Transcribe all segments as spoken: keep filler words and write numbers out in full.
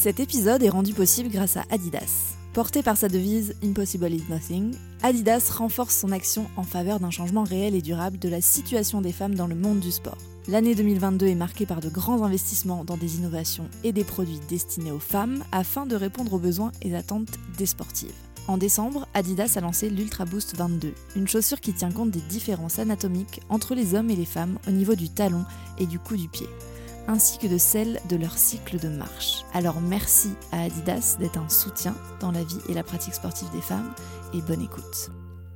Cet épisode est rendu possible grâce à Adidas. Porté par sa devise « Impossible is nothing », Adidas renforce son action en faveur d'un changement réel et durable de la situation des femmes dans le monde du sport. L'année deux mille vingt-deux est marquée par de grands investissements dans des innovations et des produits destinés aux femmes afin de répondre aux besoins et attentes des sportives. En décembre, Adidas a lancé l'Ultra Boost vingt-deux, une chaussure qui tient compte des différences anatomiques entre les hommes et les femmes au niveau du talon et du cou du pied, ainsi que de celle de leur cycle de marche. Alors merci à Adidas d'être un soutien dans la vie et la pratique sportive des femmes, et bonne écoute.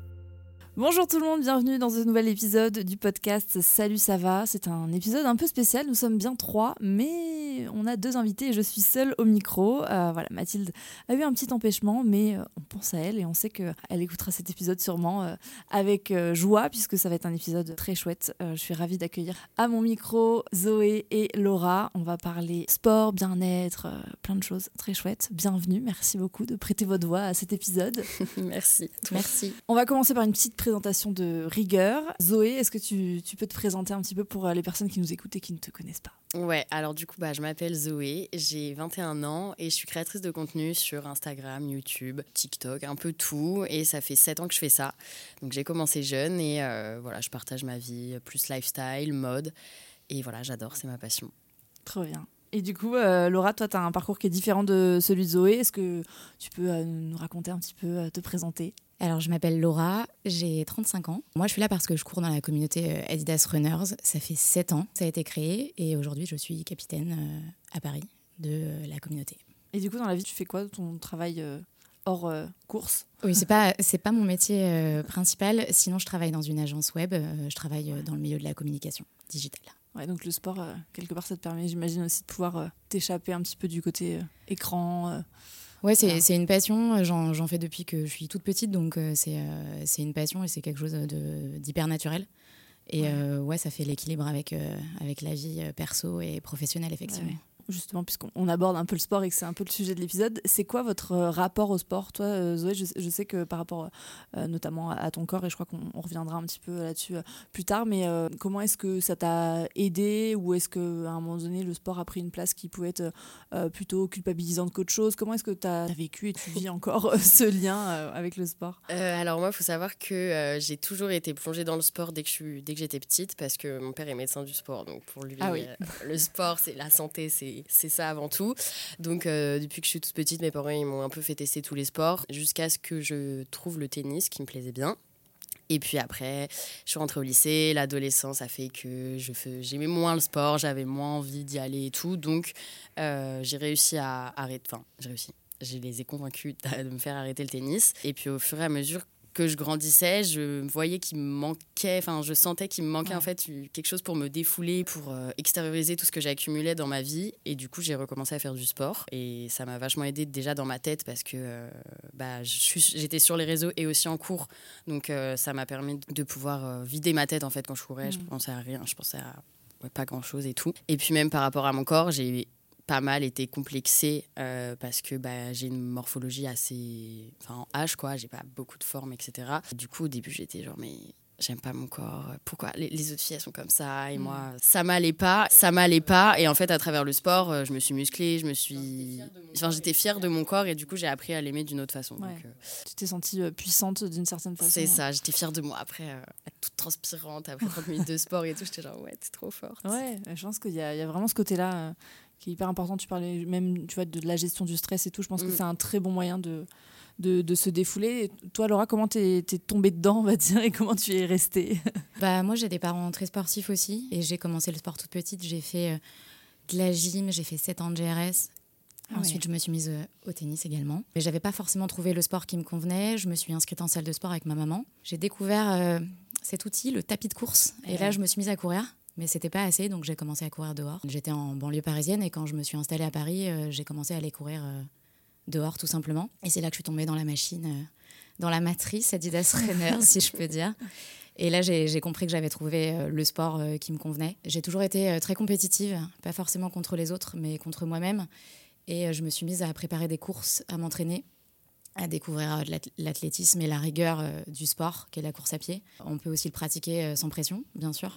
Bonjour tout le monde, bienvenue dans ce nouvel épisode du podcast Salut ça va. C'est un épisode un peu spécial, nous sommes bien trois, mais on a deux invités et je suis seule au micro. Euh, voilà, Mathilde a eu un petit empêchement, mais euh, on pense à elle et on sait qu'elle écoutera cet épisode sûrement euh, avec euh, joie, puisque ça va être un épisode très chouette. Euh, je suis ravie d'accueillir à mon micro Zoé et Laura. On va parler sport, bien-être, euh, plein de choses très chouettes. Bienvenue, merci beaucoup de prêter votre voix à cet épisode. Merci. Merci. On va commencer par une petite présentation de rigueur. Zoé, est-ce que tu, tu peux te présenter un petit peu pour les personnes qui nous écoutent et qui ne te connaissent pas ? Ouais, alors du coup, bah, je m'appelle Zoé, j'ai vingt et un ans et je suis créatrice de contenu sur Instagram, YouTube, TikTok, un peu tout. Et ça fait sept ans que je fais ça. Donc j'ai commencé jeune et euh, voilà, je partage ma vie plus lifestyle, mode. Et voilà, j'adore, c'est ma passion. Trop bien. Et du coup, euh, Laura, toi, tu as un parcours qui est différent de celui de Zoé. Est-ce que tu peux euh, nous raconter un petit peu, euh, te présenter ? Alors, je m'appelle Laura, j'ai trente-cinq ans. Moi, je suis là parce que je cours dans la communauté Adidas Runners. Ça fait sept ans que ça a été créé et aujourd'hui, je suis capitaine euh, à Paris de euh, la communauté. Et du coup, dans la vie, tu fais quoi, ton travail euh, hors euh, course ? Oui, c'est pas, c'est pas mon métier euh, principal. Sinon, je travaille dans une agence web. Euh, je travaille dans le milieu de la communication digitale. Ouais, donc le sport, euh, quelque part, ça te permet, j'imagine, aussi de pouvoir euh, t'échapper un petit peu du côté euh, écran. Euh, ouais, c'est, voilà. c'est une passion. J'en, j'en fais depuis que je suis toute petite, donc euh, c'est, euh, c'est une passion et c'est quelque chose de, d'hyper naturel. Et ouais, euh, ouais ça fait l'équilibre avec, euh, avec la vie perso et professionnelle, effectivement. Ouais. Justement, puisqu'on aborde un peu le sport et que c'est un peu le sujet de l'épisode, c'est quoi votre rapport au sport ? Toi, euh, Zoé, je, je sais que par rapport euh, notamment à ton corps, et je crois qu'on on reviendra un petit peu là-dessus euh, plus tard, mais euh, comment est-ce que ça t'a aidé, ou est-ce qu'à un moment donné, le sport a pris une place qui pouvait être euh, plutôt culpabilisante qu'autre chose ? Comment est-ce que tu as vécu et tu vis encore ce lien euh, avec le sport ? euh, Alors moi, il faut savoir que euh, j'ai toujours été plongée dans le sport dès que, je suis, dès que j'étais petite, parce que mon père est médecin du sport, donc pour lui, ah oui. euh, le sport, c'est la santé, c'est c'est ça avant tout. Donc euh, depuis que je suis toute petite, mes parents ils m'ont un peu fait tester tous les sports jusqu'à ce que je trouve le tennis qui me plaisait bien. Et puis après, je suis rentrée au lycée, l'adolescence a fait que je fais, j'aimais moins le sport, j'avais moins envie d'y aller et tout. Donc euh, j'ai réussi à arrêter, enfin j'ai réussi, je les ai convaincus de me faire arrêter le tennis. Et puis au fur et à mesure que je grandissais, je voyais qu'il me manquait, enfin je sentais qu'il me manquait ouais. en fait quelque chose pour me défouler, pour euh, extérioriser tout ce que j'accumulais dans ma vie. Et du coup, j'ai recommencé à faire du sport et ça m'a vachement aidée déjà dans ma tête parce que euh, bah, je suis, j'étais sur les réseaux et aussi en cours. Donc euh, ça m'a permis de pouvoir euh, vider ma tête en fait quand je courais. Mmh. Je pensais à rien, je pensais à ouais, pas grand-chose et tout. Et puis même par rapport à mon corps, j'ai pas mal été complexée euh, parce que bah, j'ai une morphologie assez... Enfin, en H, quoi. J'ai pas beaucoup de forme, et cetera. Du coup, au début, j'étais genre, mais j'aime pas mon corps. Pourquoi les, les autres filles, elles sont comme ça ? Et mmh. moi, ça m'allait pas. Ça m'allait pas. Et en fait, à travers le sport, je me suis musclée, je me suis... Enfin, j'étais fière de mon corps et du coup, j'ai appris à l'aimer d'une autre façon. Ouais. Donc, euh... Tu t'es sentie euh, puissante d'une certaine façon. C'est ça, j'étais fière de moi. Après, euh, être toute transpirante, après trente minutes de sport et tout, j'étais genre, ouais, t'es trop forte. Ouais, je pense qu'il y a, il y a vraiment ce côté-là... Euh... qui est hyper important. Tu parlais même tu vois, de la gestion du stress et tout. Je pense mmh. que c'est un très bon moyen de, de, de se défouler. Et toi, Laura, comment t'es, t'es tombée dedans, on va dire, et comment tu y es restée ? Bah, moi, j'ai des parents très sportifs aussi. Et j'ai commencé le sport toute petite. J'ai fait euh, de la gym, j'ai fait sept ans de G R S. Ah Ensuite, ouais. je me suis mise euh, au tennis également. Mais je n'avais pas forcément trouvé le sport qui me convenait. Je me suis inscrite en salle de sport avec ma maman. J'ai découvert euh, cet outil, le tapis de course. Et ouais. là, je me suis mise à courir. Mais c'était pas assez, donc j'ai commencé à courir dehors. J'étais en banlieue parisienne et quand je me suis installée à Paris, euh, j'ai commencé à aller courir euh, dehors tout simplement. Et c'est là que je suis tombée dans la machine, euh, dans la matrice Adidas Runners, si je peux dire. Et là, j'ai, j'ai compris que j'avais trouvé euh, le sport euh, qui me convenait. J'ai toujours été euh, très compétitive, pas forcément contre les autres, mais contre moi-même. Et euh, je me suis mise à préparer des courses, à m'entraîner, à découvrir euh, l'athlétisme et la rigueur euh, du sport, qui est la course à pied. On peut aussi le pratiquer euh, sans pression, bien sûr.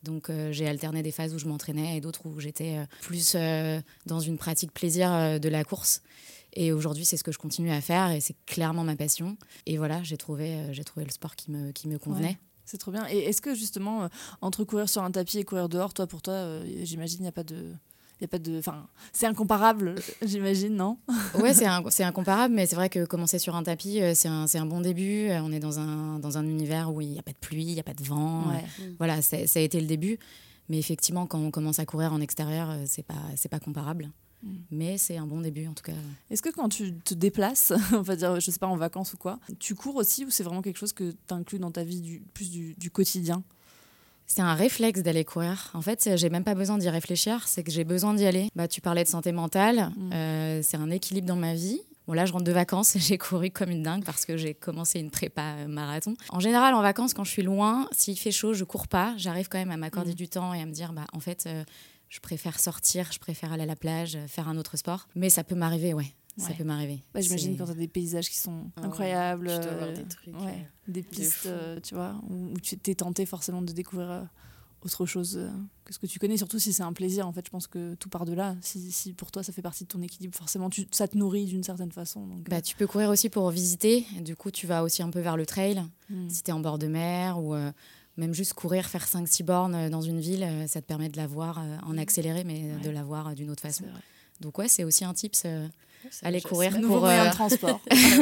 Donc euh, j'ai alterné des phases où je m'entraînais et d'autres où j'étais euh, plus euh, dans une pratique plaisir euh, de la course. Et aujourd'hui, c'est ce que je continue à faire et c'est clairement ma passion. Et voilà, j'ai trouvé, euh, j'ai trouvé le sport qui me, qui me convenait. Ouais, c'est trop bien. Et est-ce que justement, euh, entre courir sur un tapis et courir dehors, toi, pour toi, euh, j'imagine, il n'y a pas de... Y a pas de... enfin, c'est incomparable, j'imagine, non ? Ouais, c'est, un, c'est incomparable, mais c'est vrai que commencer sur un tapis, euh, c'est, un, c'est un bon début. On est dans un, dans un univers où il n'y a pas de pluie, il n'y a pas de vent. Ouais. Euh, voilà, c'est, ça a été le début. Mais effectivement, quand on commence à courir en extérieur, euh, c'est pas, c'est pas comparable. Mm. Mais c'est un bon début, en tout cas. Est-ce que quand tu te déplaces, on va dire, je sais pas, en vacances ou quoi, tu cours aussi ou c'est vraiment quelque chose que tu inclus dans ta vie du, plus du, du quotidien ? C'est un réflexe d'aller courir. En fait, j'ai même pas besoin d'y réfléchir, c'est que j'ai besoin d'y aller. Bah, tu parlais de santé mentale, mmh. euh, c'est un équilibre dans ma vie. Bon, là, je rentre de vacances, j'ai couru comme une dingue parce que j'ai commencé une prépa marathon. En général, en vacances, quand je suis loin, s'il fait chaud, je cours pas. J'arrive quand même à m'accorder mmh. du temps et à me dire, bah, en fait, euh, je préfère sortir, je préfère aller à la plage, faire un autre sport. Mais ça peut m'arriver, ouais. Ça ouais. peut m'arriver. Bah, j'imagine c'est... quand tu as des paysages qui sont oh, incroyables, tu dois avoir des trucs, ouais, euh, des pistes, euh, tu vois, où, où tu t'es tenté forcément de découvrir euh, autre chose euh, que ce que tu connais, surtout si c'est un plaisir. En fait, je pense que tout part de là. Si, si pour toi ça fait partie de ton équilibre, forcément, tu, ça te nourrit d'une certaine façon. Donc, bah, euh... tu peux courir aussi pour visiter. Du coup, tu vas aussi un peu vers le trail, mm. si tu es en bord de mer ou euh, même juste courir, faire cinq six bornes dans une ville, euh, ça te permet de la voir euh, en accéléré, mais ouais. de la voir euh, d'une autre façon. Donc ouais, c'est aussi un tips. Euh, C'est aller courir c'est pour euh... transport.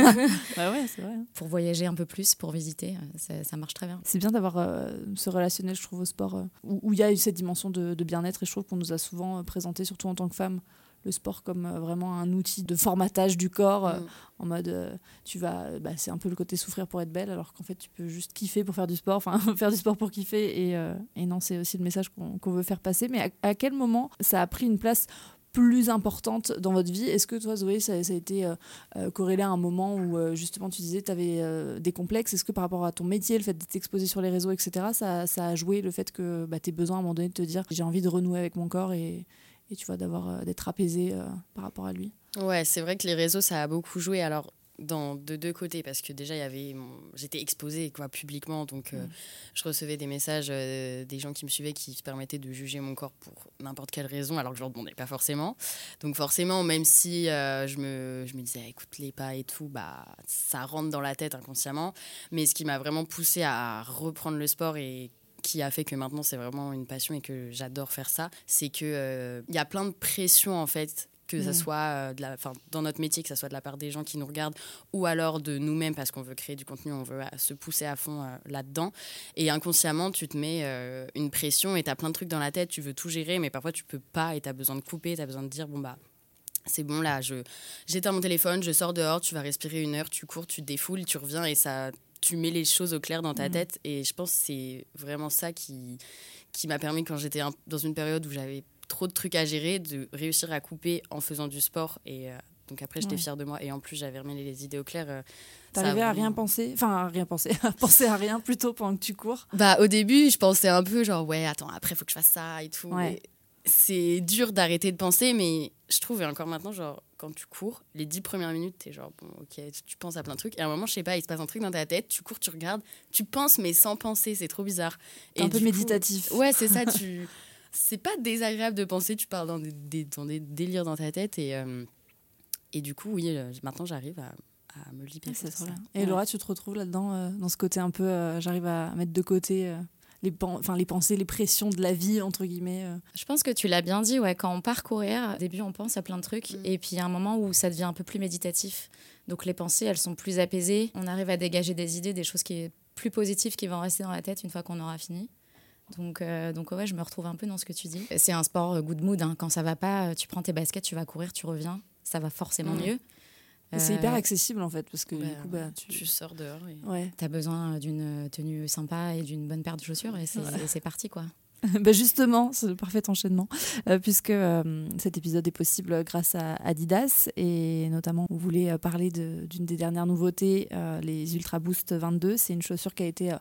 bah ouais, c'est vrai. Pour voyager un peu plus, pour visiter, ça, ça marche très bien. C'est bien d'avoir euh, ce relationnel, je trouve, au sport, euh, où il y a eu cette dimension de, de bien-être, et je trouve qu'on nous a souvent euh, présenté, surtout en tant que femme, le sport comme euh, vraiment un outil de formatage du corps, euh, mm. en mode, euh, tu vas, bah, c'est un peu le côté souffrir pour être belle, alors qu'en fait, tu peux juste kiffer pour faire du sport, enfin, faire du sport pour kiffer, et, euh, et non, c'est aussi le message qu'on, qu'on veut faire passer. Mais à, à quel moment ça a pris une place plus importante dans votre vie ? Est-ce que toi, Zoé, ça, ça a été euh, corrélé à un moment où euh, justement tu disais que tu avais euh, des complexes ? Est-ce que par rapport à ton métier, le fait d'être exposé sur les réseaux, et cetera, ça, ça a joué le fait que bah, tu aies besoin à un moment donné de te dire j'ai envie de renouer avec mon corps et, et tu vois, d'avoir, euh, d'être apaisé euh, par rapport à lui ? Ouais, c'est vrai que les réseaux, ça a beaucoup joué. Alors, dans, de deux côtés, parce que déjà, il y avait mon... j'étais exposée quoi, publiquement, donc euh, mmh. je recevais des messages euh, des gens qui me suivaient qui se permettaient de juger mon corps pour n'importe quelle raison, alors que je leur demandais pas forcément. Donc forcément, même si euh, je, me, je me disais écoute-les pas et tout, bah, ça rentre dans la tête inconsciemment. Mais ce qui m'a vraiment poussée à reprendre le sport et qui a fait que maintenant c'est vraiment une passion et que j'adore faire ça, c'est qu'il euh, y a plein de pression en fait, que ça soit euh, de la, dans notre métier, que ça soit de la part des gens qui nous regardent ou alors de nous-mêmes parce qu'on veut créer du contenu, on veut euh, se pousser à fond euh, là-dedans. Et inconsciemment, tu te mets euh, une pression et tu as plein de trucs dans la tête, tu veux tout gérer, mais parfois tu peux pas et tu as besoin de couper, tu as besoin de dire bon bah c'est bon là, je, j'éteins mon téléphone, je sors dehors, tu vas respirer une heure, tu cours, tu te défoules, tu reviens et ça, tu mets les choses au clair dans ta mmh. tête. Et je pense que c'est vraiment ça qui, qui m'a permis quand j'étais un, dans une période où j'avais trop de trucs à gérer, de réussir à couper en faisant du sport. Et euh, donc après, j'étais ouais. fière de moi. Et en plus, j'avais remis les idées au clair. Euh, T'arrivais à rien penser, enfin à rien penser, à penser à rien plutôt pendant que tu cours ? Bah au début, je pensais un peu genre ouais, attends, après, il faut que je fasse ça et tout. Ouais. Et c'est dur d'arrêter de penser, mais je trouve, et encore maintenant, genre quand tu cours, les dix premières minutes, t'es genre bon, ok, tu penses à plein de trucs. Et à un moment, je sais pas, il se passe un truc dans ta tête, tu cours, tu regardes, tu penses, mais sans penser, c'est trop bizarre. Et un peu coup, méditatif. Ouais, c'est ça, tu... c'est pas désagréable de penser, tu parles dans des, des, dans des délires dans ta tête et, euh, et du coup oui, maintenant j'arrive à, à me libérer. Ah, c'est trop bien. Et ouais. Laura, tu te retrouves là-dedans, euh, dans ce côté un peu, euh, j'arrive à mettre de côté euh, les, pen- les pensées, les pressions de la vie, entre guillemets. Euh. Je pense que tu l'as bien dit, ouais, quand on part courir, au début on pense à plein de trucs mmh. et puis il y a un moment où ça devient un peu plus méditatif. Donc les pensées, elles sont plus apaisées, on arrive à dégager des idées, des choses qui sont plus positives qui vont rester dans la tête une fois qu'on aura fini. Donc, euh, donc ouais, je me retrouve un peu dans ce que tu dis. C'est un sport euh, good mood, hein. Quand ça va pas, tu prends tes baskets, tu vas courir, tu reviens, ça va forcément mmh. mieux. Euh, c'est hyper accessible en fait, parce que bah, du coup, bah, tu... tu sors dehors. Et... Ouais. T'as besoin d'une tenue sympa et d'une bonne paire de chaussures et c'est, ouais. et c'est parti quoi. bah justement, c'est le parfait enchaînement, euh, puisque euh, cet épisode est possible grâce à Adidas et notamment on voulait parler de, d'une des dernières nouveautés, euh, les Ultra Boost vingt-deux. C'est une chaussure qui a été euh,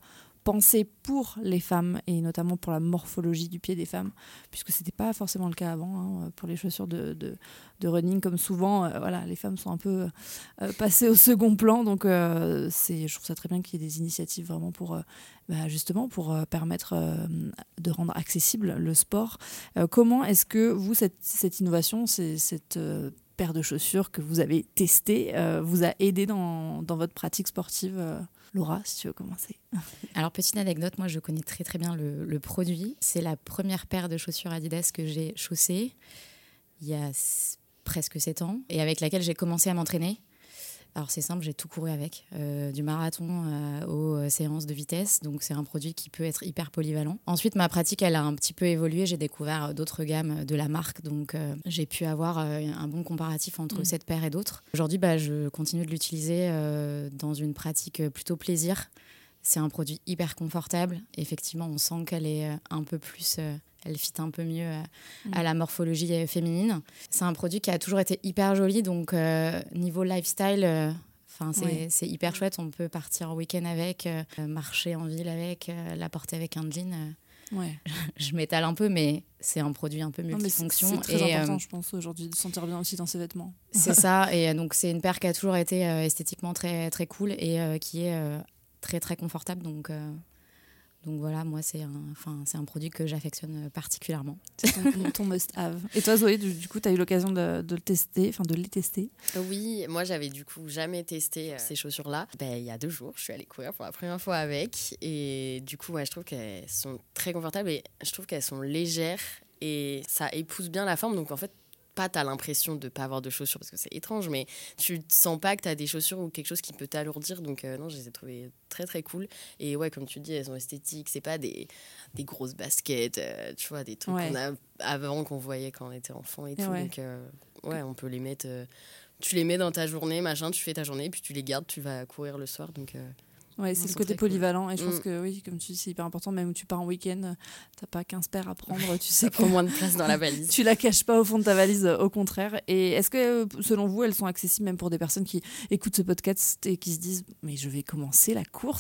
pensées pour les femmes et notamment pour la morphologie du pied des femmes, puisque c'était pas forcément le cas avant hein, pour les chaussures de, de, de running, comme souvent euh, voilà, les femmes sont un peu euh, passées au second plan, donc euh, c'est, je trouve ça très bien qu'il y ait des initiatives vraiment pour euh, bah, justement pour euh, permettre euh, de rendre accessible le sport. Euh, comment est-ce que vous, cette, cette innovation, c'est, cette euh, paire de chaussures que vous avez testée, euh, vous a aidé dans, dans votre pratique sportive euh, Laura, si tu veux commencer. Alors, petite anecdote, moi je connais très très bien le, le produit. C'est la première paire de chaussures Adidas que j'ai chaussée il y a s- presque sept ans et avec laquelle j'ai commencé à m'entraîner. Alors c'est simple, j'ai tout couru avec, euh, du marathon euh, aux euh, séances de vitesse, donc c'est un produit qui peut être hyper polyvalent. Ensuite, ma pratique, elle a un petit peu évolué, j'ai découvert d'autres gammes de la marque, donc euh, j'ai pu avoir euh, un bon comparatif entre mmh. cette paire et d'autres. Aujourd'hui, bah, je continue de l'utiliser euh, dans une pratique plutôt plaisir. C'est un produit hyper confortable, effectivement, on sent qu'elle est un peu plus... Euh, elle fit un peu mieux à, à la morphologie féminine. C'est un produit qui a toujours été hyper joli, donc euh, niveau lifestyle, euh, c'est, oui. c'est hyper chouette. On peut partir en week-end avec, euh, marcher en ville avec, euh, la porter avec un jean. Euh, ouais. je, je m'étale un peu, mais c'est un produit un peu multifonction. C'est, c'est très et, important, euh, je pense, aujourd'hui, de se sentir bien aussi dans ses vêtements. C'est ça, et donc c'est une paire qui a toujours été euh, esthétiquement très, très cool et euh, qui est euh, très, très confortable, donc... Euh, Donc voilà, moi, c'est un, c'est un produit que j'affectionne particulièrement. C'est ton, ton must-have. Et toi, Zoé, du, du coup, tu as eu l'occasion de, de le tester, enfin de les tester? Oui, moi, j'avais du coup jamais testé euh, ces chaussures-là. Ben, il y a deux jours, je suis allée courir pour la première fois avec. Et du coup, ouais, je trouve qu'elles sont très confortables et je trouve qu'elles sont légères et ça épouse bien la forme. Donc en fait, pas t'as l'impression de pas avoir de chaussures parce que c'est étrange, mais tu sens pas que t'as des chaussures ou quelque chose qui peut t'alourdir, donc euh, non, je les ai trouvées très très cool. Et ouais, comme tu dis, elles sont esthétiques, c'est pas des, des grosses baskets, euh, tu vois, des trucs ouais. qu'on a avant, qu'on voyait quand on était enfant et, et tout, ouais. donc euh, ouais, on peut les mettre, euh, tu les mets dans ta journée, machin, tu fais ta journée, puis tu les gardes, tu vas courir le soir, donc... Euh, Ouais, c'est le côté polyvalent cool. Et je pense mmh. que oui, comme tu dis, c'est hyper important, même où tu pars en week-end, t'as pas quinze paires à prendre, tu sais prend moins de place dans la valise. Tu la caches pas au fond de ta valise, au contraire. Et est-ce que, selon vous, elles sont accessibles même pour des personnes qui écoutent ce podcast et qui se disent « mais je vais commencer la course ?»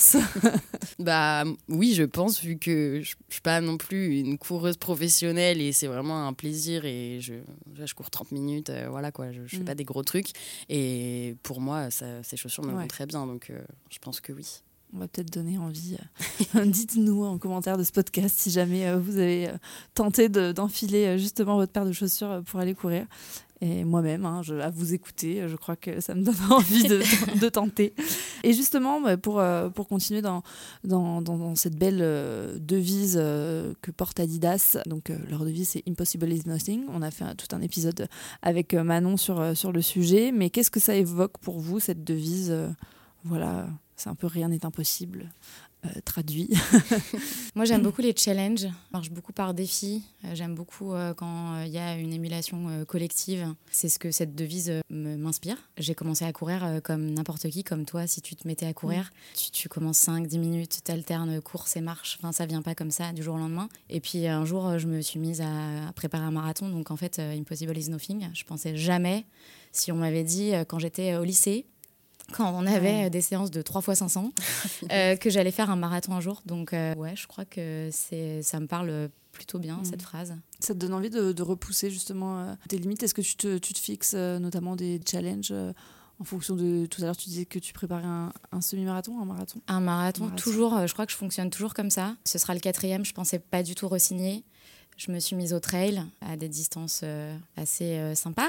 Bah oui, je pense, vu que je, je suis pas non plus une coureuse professionnelle et c'est vraiment un plaisir et je, je cours trente minutes, euh, voilà quoi, je, je fais mmh. pas des gros trucs. Et pour moi, ça, ces chaussures me vont ouais. très bien, donc euh, je pense que oui. On va peut-être donner envie. Dites-nous en commentaire de ce podcast si jamais vous avez tenté de, d'enfiler justement votre paire de chaussures pour aller courir. Et moi-même, hein, je, à vous écouter, je crois que ça me donne envie de, de tenter. Et justement, pour, pour continuer dans, dans, dans, dans cette belle devise que porte Adidas, donc leur devise c'est « Impossible is nothing ». On a fait un, tout un épisode avec Manon sur, sur le sujet. Mais qu'est-ce que ça évoque pour vous, cette devise ? Voilà, c'est un peu « rien n'est impossible ». Euh, traduit. Moi, j'aime beaucoup les challenges. Je marche beaucoup par défi. Euh, j'aime beaucoup euh, quand il euh, y a une émulation euh, collective. C'est ce que cette devise euh, m'inspire. J'ai commencé à courir euh, comme n'importe qui, comme toi. Si tu te mettais à courir, mmh. tu, tu commences cinq dix minutes, tu alternes course et marche. Enfin, ça vient pas comme ça du jour au lendemain. Et puis un jour, je me suis mise à, à préparer un marathon. Donc en fait, euh, Impossible is nothing. Je pensais jamais, si on m'avait dit euh, quand j'étais au lycée, quand on avait ouais. des séances de trois fois cinq cents, euh, que j'allais faire un marathon un jour. Donc, euh, ouais, je crois que c'est, ça me parle plutôt bien, mmh. cette phrase. Ça te donne envie de, de repousser justement euh, tes limites. Est-ce que tu te, tu te fixes euh, notamment des challenges euh, en fonction de... Tout à l'heure, tu disais que tu préparais un, un semi-marathon, un marathon Un marathon, un marathon. toujours. Euh, je crois que je fonctionne toujours comme ça. Ce sera le quatrième. Je ne pensais pas du tout re-signer. Je me suis mise au trail à des distances euh, assez euh, sympas,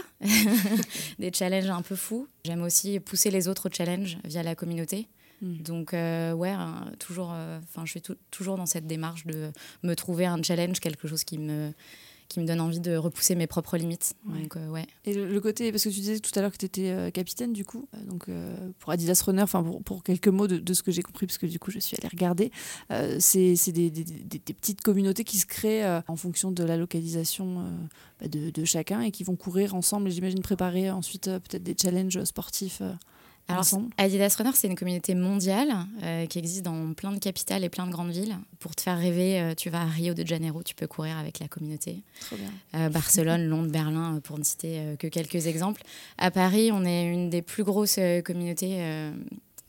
des challenges un peu fous. J'aime aussi pousser les autres au challenge via la communauté. Mmh. Donc, euh, ouais, hein, toujours, euh, je suis t- toujours dans cette démarche de me trouver un challenge, quelque chose qui me, qui me donne envie de repousser mes propres limites. Ouais. Donc, euh, ouais. Et le, le côté, parce que tu disais tout à l'heure que tu étais euh, capitaine, du coup, euh, donc, euh, pour Adidas Runner, enfin pour, pour quelques mots de, de ce que j'ai compris, parce que du coup, je suis allée regarder, euh, c'est, c'est des, des, des, des petites communautés qui se créent euh, en fonction de la localisation euh, bah de, de chacun et qui vont courir ensemble et j'imagine préparer ensuite euh, peut-être des challenges sportifs. Euh, Alors, ensemble. Adidas Runner, c'est une communauté mondiale euh, qui existe dans plein de capitales et plein de grandes villes. Pour te faire rêver, euh, tu vas à Rio de Janeiro, tu peux courir avec la communauté. Trop bien. Euh, Barcelone, Londres, Berlin, pour ne citer euh, que quelques exemples. À Paris, on est une des plus grosses euh, communautés euh,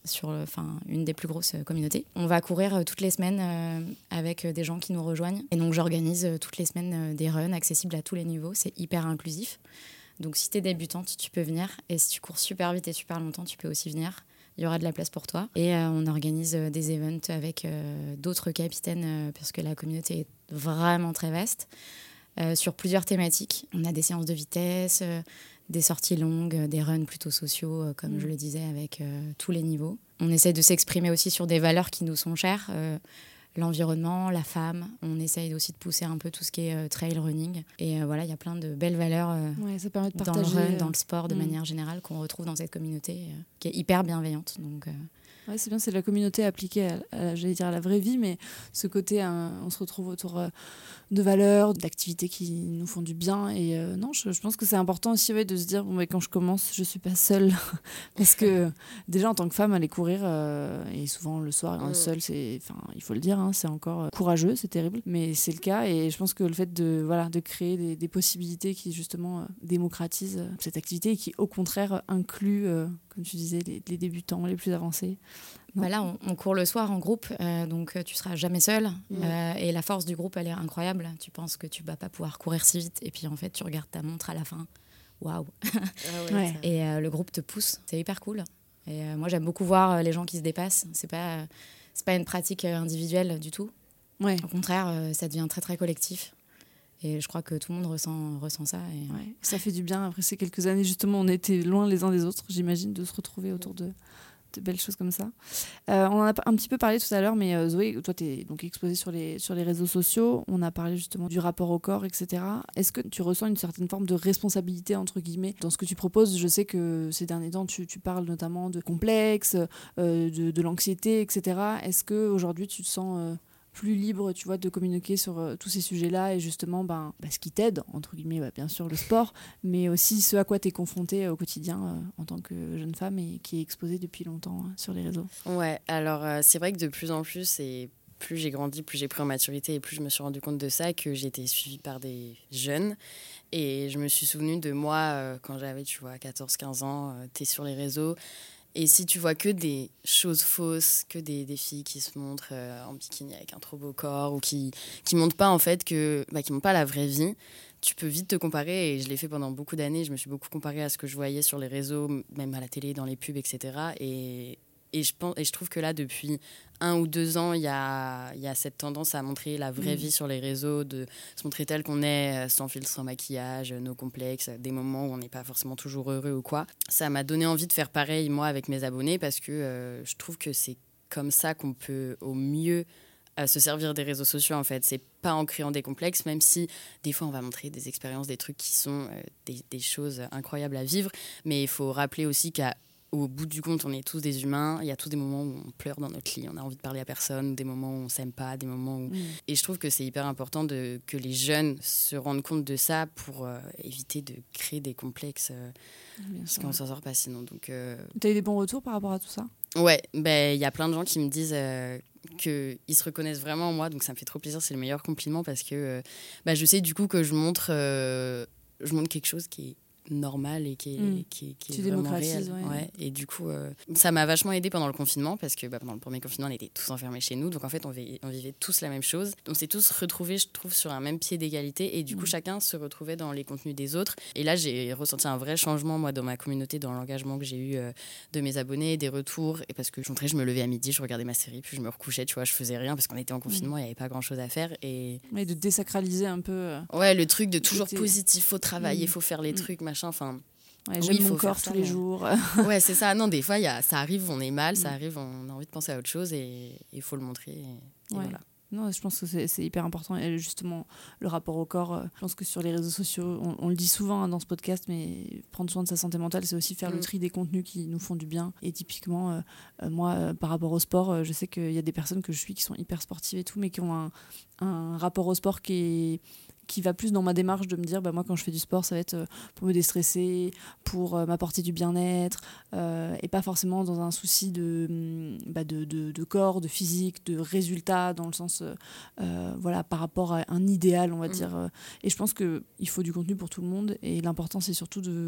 sur enfin, une des plus grosses communautés. On va courir toutes les semaines euh, avec des gens qui nous rejoignent. Et donc, j'organise toutes les semaines des runs accessibles à tous les niveaux. C'est hyper inclusif. Donc, si tu es débutante, tu peux venir. Et si tu cours super vite et super longtemps, tu peux aussi venir. Il y aura de la place pour toi. Et euh, on organise des events avec euh, d'autres capitaines euh, parce que la communauté est vraiment très vaste. Euh, sur plusieurs thématiques. On a des séances de vitesse, euh, des sorties longues, des runs plutôt sociaux, euh, comme mmh. je le disais, avec euh, tous les niveaux. On essaie de s'exprimer aussi sur des valeurs qui nous sont chères, euh, l'environnement, la femme. On essaye aussi de pousser un peu tout ce qui est euh, trail running. Et euh, voilà, il y a plein de belles valeurs euh, ouais, ça permet de dans partager, le run, euh... dans le sport de mmh. manière générale, qu'on retrouve dans cette communauté, euh, qui est hyper bienveillante. Donc, euh, ouais, c'est bien, c'est de la communauté appliquée à, à, j'allais dire à la vraie vie, mais ce côté, hein, on se retrouve autour euh, de valeurs, d'activités qui nous font du bien. Et euh, non, je, je pense que c'est important aussi ouais, de se dire, bon, mais quand je commence, je ne suis pas seule. Parce que déjà, en tant que femme, aller courir, euh, et souvent le soir, mmh. seule, c'est, il faut le dire, hein, c'est encore courageux, c'est terrible, mais c'est le cas. Et je pense que le fait de, voilà, de créer des, des possibilités qui, justement, euh, démocratisent euh, cette activité et qui, au contraire, incluent, euh, comme tu disais, les, les débutants, les plus avancés. Bah là, on, on court le soir en groupe, euh, donc tu seras jamais seule. Mmh. Euh, et la force du groupe, elle est incroyable. Tu penses que tu vas pas pouvoir courir si vite, et puis en fait, tu regardes ta montre à la fin. Waouh. Ah ouais, ouais. Et euh, le groupe te pousse. C'est hyper cool. Et euh, moi, j'aime beaucoup voir les gens qui se dépassent. C'est pas, euh, c'est pas une pratique individuelle du tout. Ouais. Au contraire, euh, ça devient très très collectif. Et je crois que tout le monde ressent, ressent ça. Et... Ouais. Ça fait du bien. Après ces quelques années, justement, on était loin les uns des autres, j'imagine, de se retrouver autour de... de belles choses comme ça. Euh, on en a un petit peu parlé tout à l'heure, mais euh, Zoé, toi, tu es donc exposée sur les, sur les réseaux sociaux. On a parlé justement du rapport au corps, et cetera. Est-ce que tu ressens une certaine forme de responsabilité, entre guillemets, dans ce que tu proposes ? Je sais que ces derniers temps, tu, tu parles notamment de complexes, euh, de, de l'anxiété, et cetera. Est-ce qu'aujourd'hui, tu te sens... Euh, plus libre, tu vois, de communiquer sur euh, tous ces sujets-là et justement, ben, ben, ce qui t'aide, entre guillemets, bah, bien sûr, le sport, mais aussi ce à quoi tu es confrontée euh, au quotidien euh, en tant que jeune femme et qui est exposée depuis longtemps euh, sur les réseaux. Ouais, alors euh, c'est vrai que de plus en plus, et plus j'ai grandi, plus j'ai pris en maturité et plus je me suis rendu compte de ça, que j'ai été suivie par des jeunes. Et je me suis souvenue de moi euh, quand j'avais, tu vois, quatorze quinze ans, euh, t'es sur les réseaux. Et si tu vois que des choses fausses, que des, des filles qui se montrent euh, en bikini avec un trop beau corps ou qui qui montrent pas en fait que bah, qui montrent pas la vraie vie, tu peux vite te comparer. Et je l'ai fait pendant beaucoup d'années. Je me suis beaucoup comparée à ce que je voyais sur les réseaux, même à la télé, dans les pubs, et cetera. Et et je pense et je trouve que là depuis un ou deux ans, il y a il y a cette tendance à montrer la vraie mmh. vie sur les réseaux, de se montrer tel qu'on est, sans filtre, sans maquillage, nos complexes, des moments où on n'est pas forcément toujours heureux ou quoi. Ça m'a donné envie de faire pareil moi avec mes abonnés parce que euh, je trouve que c'est comme ça qu'on peut au mieux euh, se servir des réseaux sociaux en fait. C'est pas en créant des complexes, même si des fois on va montrer des expériences, des trucs qui sont euh, des, des choses incroyables à vivre, mais il faut rappeler aussi qu'à au bout du compte, on est tous des humains. Il y a tous des moments où on pleure dans notre lit, on a envie de parler à personne, des moments où on s'aime pas, des moments où... Mmh. Et je trouve que c'est hyper important de, que les jeunes se rendent compte de ça pour euh, éviter de créer des complexes, euh, parce qu'on s'en sort pas sinon. Donc, euh... tu as eu des bons retours par rapport à tout ça ? Ouais, ben, y a plein de gens qui me disent euh, qu'ils se reconnaissent vraiment en moi, donc ça me fait trop plaisir, c'est le meilleur compliment parce que euh, bah, je sais du coup que je montre, euh, je montre quelque chose qui est normal et qui est, mmh. qui, qui est vraiment réel. Ouais. Ouais. Et du coup, euh, ça m'a vachement aidée pendant le confinement parce que bah, pendant le premier confinement, on était tous enfermés chez nous. Donc en fait, on vivait, on vivait tous la même chose. On s'est tous retrouvés, je trouve, sur un même pied d'égalité. Et du mmh. coup, chacun se retrouvait dans les contenus des autres. Et là, j'ai ressenti un vrai changement, moi, dans ma communauté, dans l'engagement que j'ai eu euh, de mes abonnés, des retours. Et parce que je montrais, je me levais à midi, je regardais ma série, puis je me recouchais, tu vois, je faisais rien parce qu'on était en confinement, il mmh. n'y avait pas grand-chose à faire. Et... Ouais, de désacraliser un peu... Euh... Ouais, le truc de toujours C'était... positif, faut travailler, mmh. faut faire les mmh. trucs, machin, enfin... Ouais, j'aime oui, mon corps tous ça, les mais... jours. Ouais, c'est ça. Non, des fois, y a... ça arrive, on est mal, mmh. ça arrive, on a envie de penser à autre chose et il faut le montrer. Et, et ouais. voilà. Non, je pense que c'est, c'est hyper important. Et justement, le rapport au corps, je pense que sur les réseaux sociaux, on, on le dit souvent hein, dans ce podcast, mais prendre soin de sa santé mentale, c'est aussi faire mmh. le tri des contenus qui nous font du bien. Et typiquement, euh, euh, moi, euh, par rapport au sport, euh, je sais qu'il y a des personnes que je suis qui sont hyper sportives et tout, mais qui ont un, un rapport au sport qui est... qui va plus dans ma démarche de me dire bah moi quand je fais du sport ça va être pour me déstresser, pour euh, m'apporter du bien-être euh, et pas forcément dans un souci de, bah de, de, de corps, de physique, de résultat dans le sens euh, voilà par rapport à un idéal on va mmh. dire euh, et je pense qu'il faut du contenu pour tout le monde et l'important c'est surtout de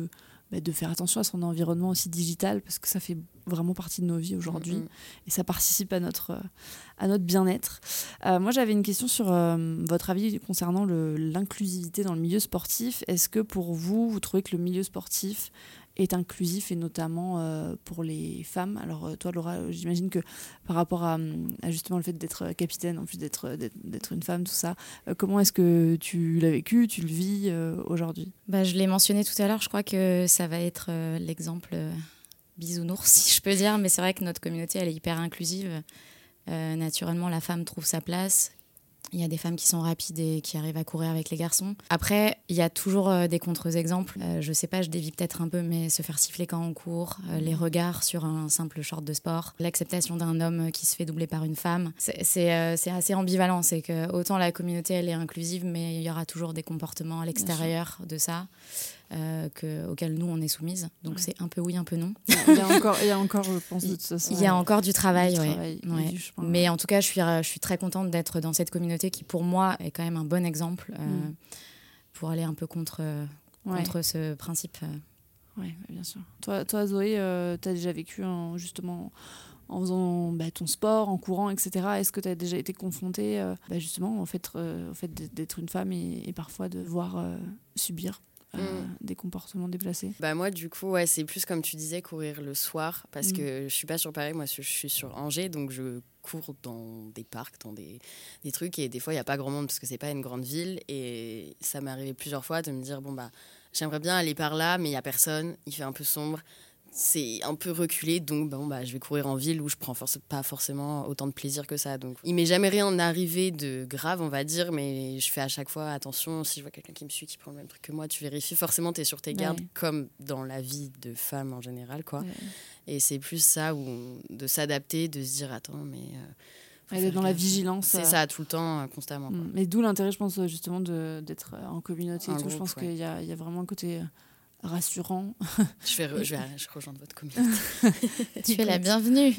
bah, de faire attention à son environnement aussi digital, parce que ça fait vraiment partie de nos vies aujourd'hui, mmh. et ça participe à notre, à notre bien-être. Euh, moi, j'avais une question sur euh, votre avis concernant le, l'inclusivité dans le milieu sportif. Est-ce que pour vous, vous trouvez que le milieu sportif est inclusif, et notamment euh, pour les femmes? Alors toi, Laura, j'imagine que par rapport à, à justement le fait d'être capitaine, en plus d'être, d'être, d'être une femme, tout ça, euh, comment est-ce que tu l'as vécu, tu le vis euh, aujourd'hui? Bah, je l'ai mentionné tout à l'heure, je crois que ça va être euh, l'exemple euh, bisounours, si je peux dire, mais c'est vrai que notre communauté, elle est hyper inclusive. Euh, naturellement, la femme trouve sa place. Il y a des femmes qui sont rapides et qui arrivent à courir avec les garçons. Après, il y a toujours euh, des contre-exemples. Euh, je sais pas, je dévie peut-être un peu, mais se faire siffler quand on court, euh, les regards sur un simple short de sport, l'acceptation d'un homme qui se fait doubler par une femme. C'est, c'est, euh, c'est assez ambivalent. C'est que autant la communauté, elle est inclusive, mais il y aura toujours des comportements à l'extérieur de ça. Euh, que, auquel nous on est soumises, donc ouais. c'est un peu oui, un peu non. Il y a encore, il y a encore, je pense, de toute façon. Il y a encore du travail, du ouais. travail ouais. Du, mais en tout cas, je suis, je suis très contente d'être dans cette communauté qui, pour moi, est quand même un bon exemple euh, mm. pour aller un peu contre, ouais. contre ce principe. Oui, bien sûr. Toi, toi Zoé, euh, tu as déjà vécu en, justement en faisant bah, ton sport, en courant, et cetera. Est-ce que tu as déjà été confrontée euh, bah, justement au fait, euh, au fait d'être une femme et, et parfois de devoir euh, subir Euh, mmh. des comportements déplacés? Bah moi du coup ouais, c'est plus comme tu disais, courir le soir, parce mmh. que je suis pas sur Paris, moi je suis sur Angers, donc je cours dans des parcs, dans des, des trucs, et des fois il y a pas grand monde parce que c'est pas une grande ville, et ça m'est arrivé plusieurs fois de me dire bon bah j'aimerais bien aller par là mais il y a personne, il fait un peu sombre, c'est un peu reculé, donc bon, bah, je vais courir en ville où je prends forc- pas forcément autant de plaisir que ça. Donc, il m'est jamais rien arrivé de grave, on va dire, mais je fais à chaque fois attention. Si je vois quelqu'un qui me suit, qui prend le même truc que moi, tu vérifies. Forcément, tu es sur tes gardes, ouais. comme dans la vie de femme en général, quoi. Ouais. Et c'est plus ça, où, de s'adapter, de se dire, attends, mais... Euh, Elle est dans gaffe. La vigilance. C'est ça, tout le temps, euh, constamment. Quoi. Mais d'où l'intérêt, je pense, justement, de, d'être en communauté. Et tout. Groupe, je pense ouais. qu'il y a, il y a vraiment un côté... rassurant. Je vais, re- je vais je rejoindre votre communauté. Tu es la bienvenue.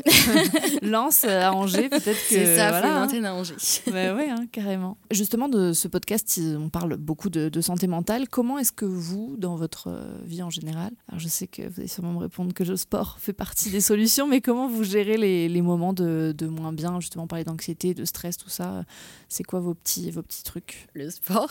Lance à Angers, peut-être que... C'est ça, voilà, faut une antenne à Angers. Bah oui, hein, carrément. Justement, de ce podcast, on parle beaucoup de, de santé mentale. Comment est-ce que vous, dans votre vie en général, alors je sais que vous allez sûrement me répondre que le sport fait partie des solutions, mais comment vous gérez les, les moments de, de moins bien, justement, parler d'anxiété, de stress, tout ça? C'est quoi vos petits, vos petits trucs? Le sport.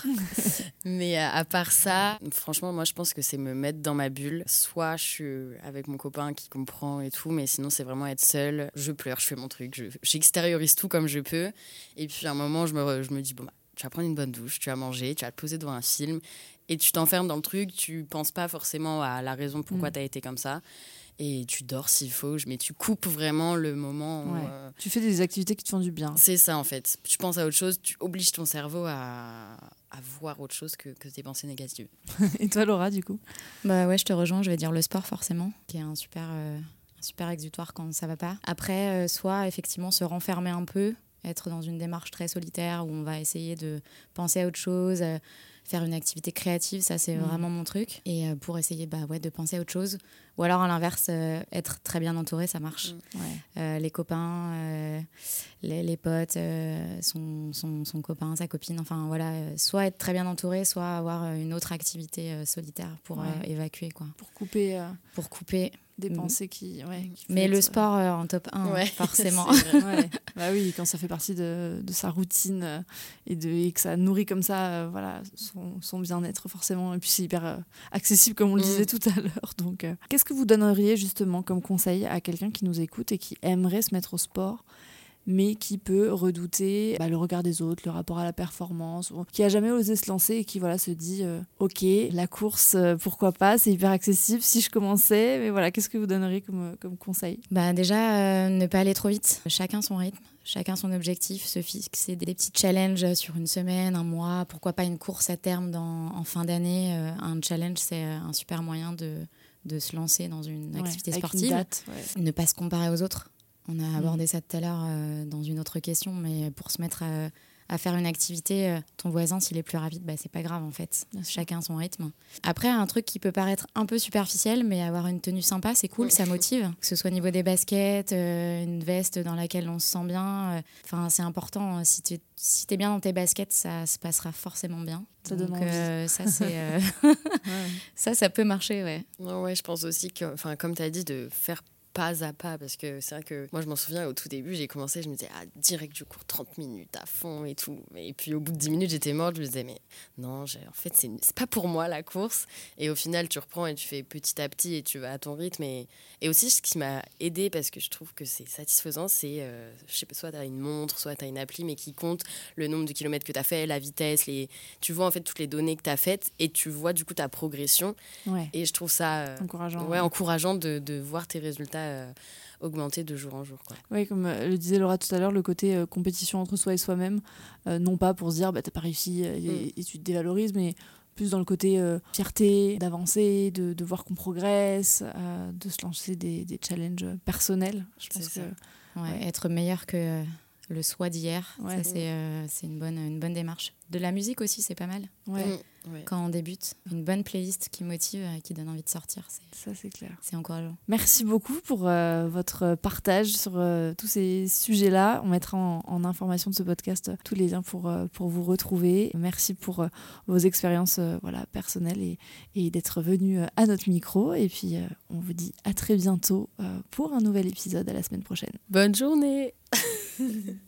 Mais à, à part ça, franchement, moi, je pense que c'est me mettre dans ma bulle. Soit je suis avec mon copain qui comprend et tout, mais sinon c'est vraiment être seule. Je pleure, je fais mon truc, je, j'extériorise tout comme je peux. Et puis à un moment, je me, je me dis, bon, bah, tu vas prendre une bonne douche, tu vas manger, tu vas te poser devant un film et tu t'enfermes dans le truc, tu penses pas forcément à la raison pourquoi mmh. tu as été comme ça. Et tu dors s'il faut, mais tu coupes vraiment le moment où, ouais. euh... tu fais des activités qui te font du bien. C'est ça en fait. Tu penses à autre chose, tu obliges ton cerveau à, à voir autre chose que, que tes pensées négatives. Et toi Laura, du coup? Bah ouais, je te rejoins, je vais dire le sport forcément, qui est un super, euh, un super exutoire quand ça va pas. Après, euh, soit effectivement se renfermer un peu, être dans une démarche très solitaire où on va essayer de penser à autre chose, euh, faire une activité créative, ça c'est mmh. vraiment mon truc. Et euh, pour essayer bah, ouais, de penser à autre chose. Ou alors à l'inverse, euh, être très bien entouré, ça marche. Mmh. Ouais. Euh, les copains, euh, les, les potes, euh, son, son, son copain, sa copine, enfin voilà. Euh, soit être très bien entouré, soit avoir une autre activité euh, solitaire pour ouais. euh, évacuer. Quoi. Pour couper. Euh... Pour couper. Des pensées qui... Ouais, qui mais le sport euh, en top un, ouais, forcément. ouais. Bah oui, quand ça fait partie de, de sa routine euh, et, de, et que ça nourrit comme ça euh, voilà, son, son bien-être, forcément. Et puis c'est hyper euh, accessible, comme on le disait mmh. tout à l'heure. Donc, euh, qu'est-ce que vous donneriez justement comme conseil à quelqu'un qui nous écoute et qui aimerait se mettre au sport, mais qui peut redouter bah, le regard des autres, le rapport à la performance, ou qui a jamais osé se lancer et qui voilà, se dit euh, ok, la course, euh, pourquoi pas, c'est hyper accessible si je commençais, mais voilà, qu'est-ce que vous donneriez comme, comme conseil? Bah, déjà, euh, ne pas aller trop vite, chacun son rythme, chacun son objectif, se fixer des petits challenges sur une semaine, un mois, pourquoi pas une course à terme dans, en fin d'année. Euh, un challenge, c'est un super moyen de, de se lancer dans une ouais, activité avec sportive. Une date, ouais. Ne pas se comparer aux autres. On a abordé mmh. ça tout à l'heure euh, dans une autre question, mais pour se mettre à, à faire une activité, euh, ton voisin, s'il est plus rapide, bah, c'est pas grave en fait. Chacun son rythme. Après, un truc qui peut paraître un peu superficiel, mais avoir une tenue sympa, c'est cool, ça motive. Que ce soit au niveau des baskets, euh, une veste dans laquelle on se sent bien. Enfin, euh, c'est important. Si tu si t'es bien dans tes baskets, ça se passera forcément bien. Ça Donc, donne envie. Euh, ça, c'est, euh... ouais. ça, ça peut marcher, ouais. Non, ouais, je pense aussi que, enfin, comme tu as dit, de faire pas à pas, parce que c'est vrai que moi je m'en souviens au tout début, j'ai commencé, je me disais ah, direct je cours trente minutes à fond et tout, et puis au bout de dix minutes j'étais morte, je me disais mais non, j'ai, en fait c'est, c'est pas pour moi la course, et au final tu reprends et tu fais petit à petit et tu vas à ton rythme, et, et aussi ce qui m'a aidée, parce que je trouve que c'est satisfaisant, c'est euh, je sais pas, soit t'as une montre, soit t'as une appli mais qui compte le nombre de kilomètres que t'as fait, la vitesse, les... tu vois en fait toutes les données que t'as faites et tu vois du coup ta progression, ouais. Et je trouve ça euh, encourageant, ouais, ouais. encourageant de, de voir tes résultats Euh, augmenter de jour en jour. Quoi. Oui, comme euh, le disait Laura tout à l'heure, le côté euh, compétition entre soi et soi-même, euh, non pas pour se dire bah, t'as pas réussi euh, et, mm. et tu te dévalorises, mais plus dans le côté euh, fierté, d'avancer, de, de voir qu'on progresse, euh, de se lancer des, des challenges personnels. Je pense c'est que, ouais, ouais. Être meilleur que le soi d'hier, ouais. ça c'est, euh, c'est une, bonne, une bonne démarche. De la musique aussi, c'est pas mal. Ouais. Mm. Ouais. Quand on débute, une bonne playlist qui motive et qui donne envie de sortir, c'est, ça c'est clair. C'est encourageant. Merci beaucoup pour euh, votre partage sur euh, tous ces sujets-là. On mettra en, en information de ce podcast euh, tous les liens pour, euh, pour vous retrouver. Merci pour euh, vos expériences euh, voilà, personnelles et, et d'être venu euh, à notre micro. Et puis euh, on vous dit à très bientôt euh, pour un nouvel épisode, à la semaine prochaine. Bonne journée.